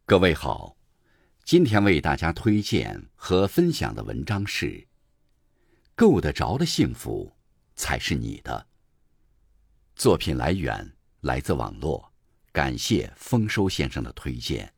各位好，今天为大家推荐和分享的文章是够得着的幸福才是你的。作品来源来自网络，感谢丰收先生的推荐。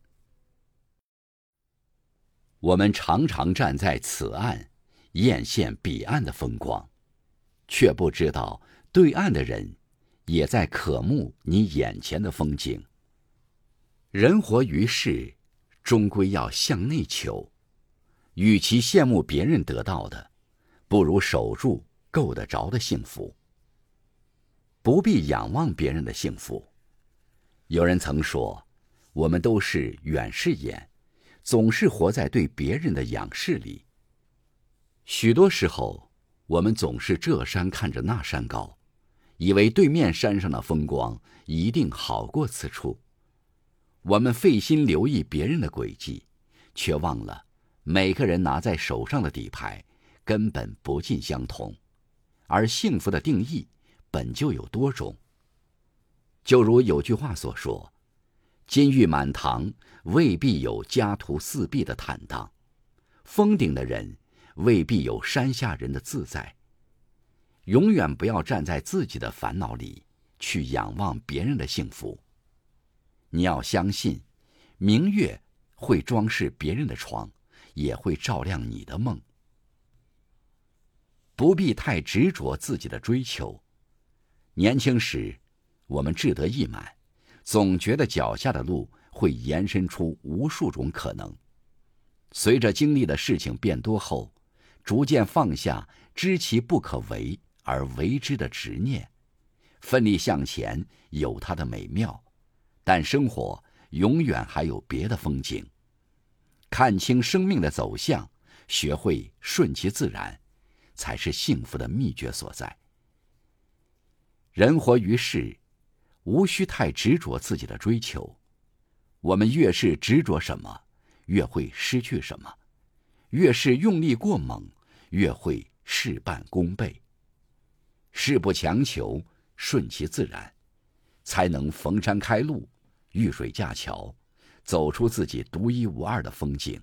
我们常常站在此岸艳羡彼岸的风光，却不知道对岸的人也在渴慕你眼前的风景。人活于世，终归要向内求，与其羡慕别人得到的，不如守住够得着的幸福。不必仰望别人的幸福。有人曾说，我们都是远视眼，总是活在对别人的仰视里。许多时候，我们总是这山看着那山高，以为对面山上的风光一定好过此处。我们费心留意别人的轨迹，却忘了每个人拿在手上的底牌根本不尽相同，而幸福的定义本就有多种。就如有句话所说，金玉满堂未必有家徒四壁的坦荡，峰顶的人未必有山下人的自在。永远不要站在自己的烦恼里去仰望别人的幸福。你要相信，明月会装饰别人的床，也会照亮你的梦。不必太执着自己的追求。年轻时，我们志得意满，总觉得脚下的路会延伸出无数种可能。随着经历的事情变多后，逐渐放下知其不可为而为之的执念，奋力向前有它的美妙。但生活永远还有别的风景。看清生命的走向，学会顺其自然，才是幸福的秘诀所在。人活于世，无需太执着自己的追求。我们越是执着什么，越会失去什么；越是用力过猛，越会事半功倍。事不强求，顺其自然，才能逢山开路，遇水架桥，走出自己独一无二的风景。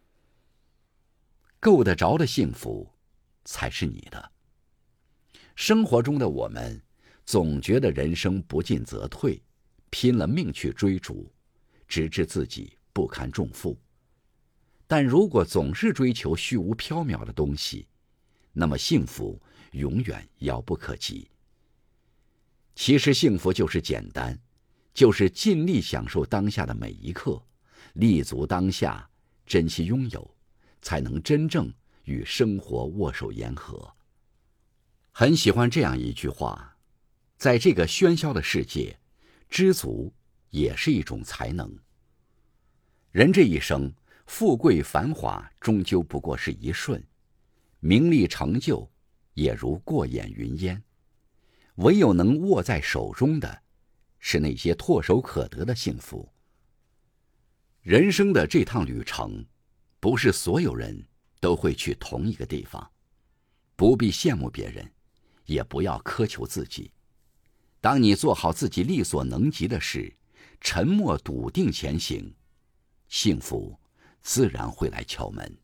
够得着的幸福才是你的。生活中的我们总觉得人生不进则退，拼了命去追逐，直至自己不堪重负。但如果总是追求虚无缥缈的东西，那么幸福永远遥不可及。其实幸福就是简单，就是尽力享受当下的每一刻，立足当下，珍惜拥有，才能真正与生活握手言和。很喜欢这样一句话，在这个喧嚣的世界，知足也是一种才能。人这一生，富贵繁华终究不过是一瞬，名利成就也如过眼云烟。唯有能握在手中的，是那些唾手可得的幸福。人生的这趟旅程，不是所有人都会去同一个地方。不必羡慕别人，也不要苛求自己。当你做好自己力所能及的事，沉默笃定前行，幸福自然会来敲门。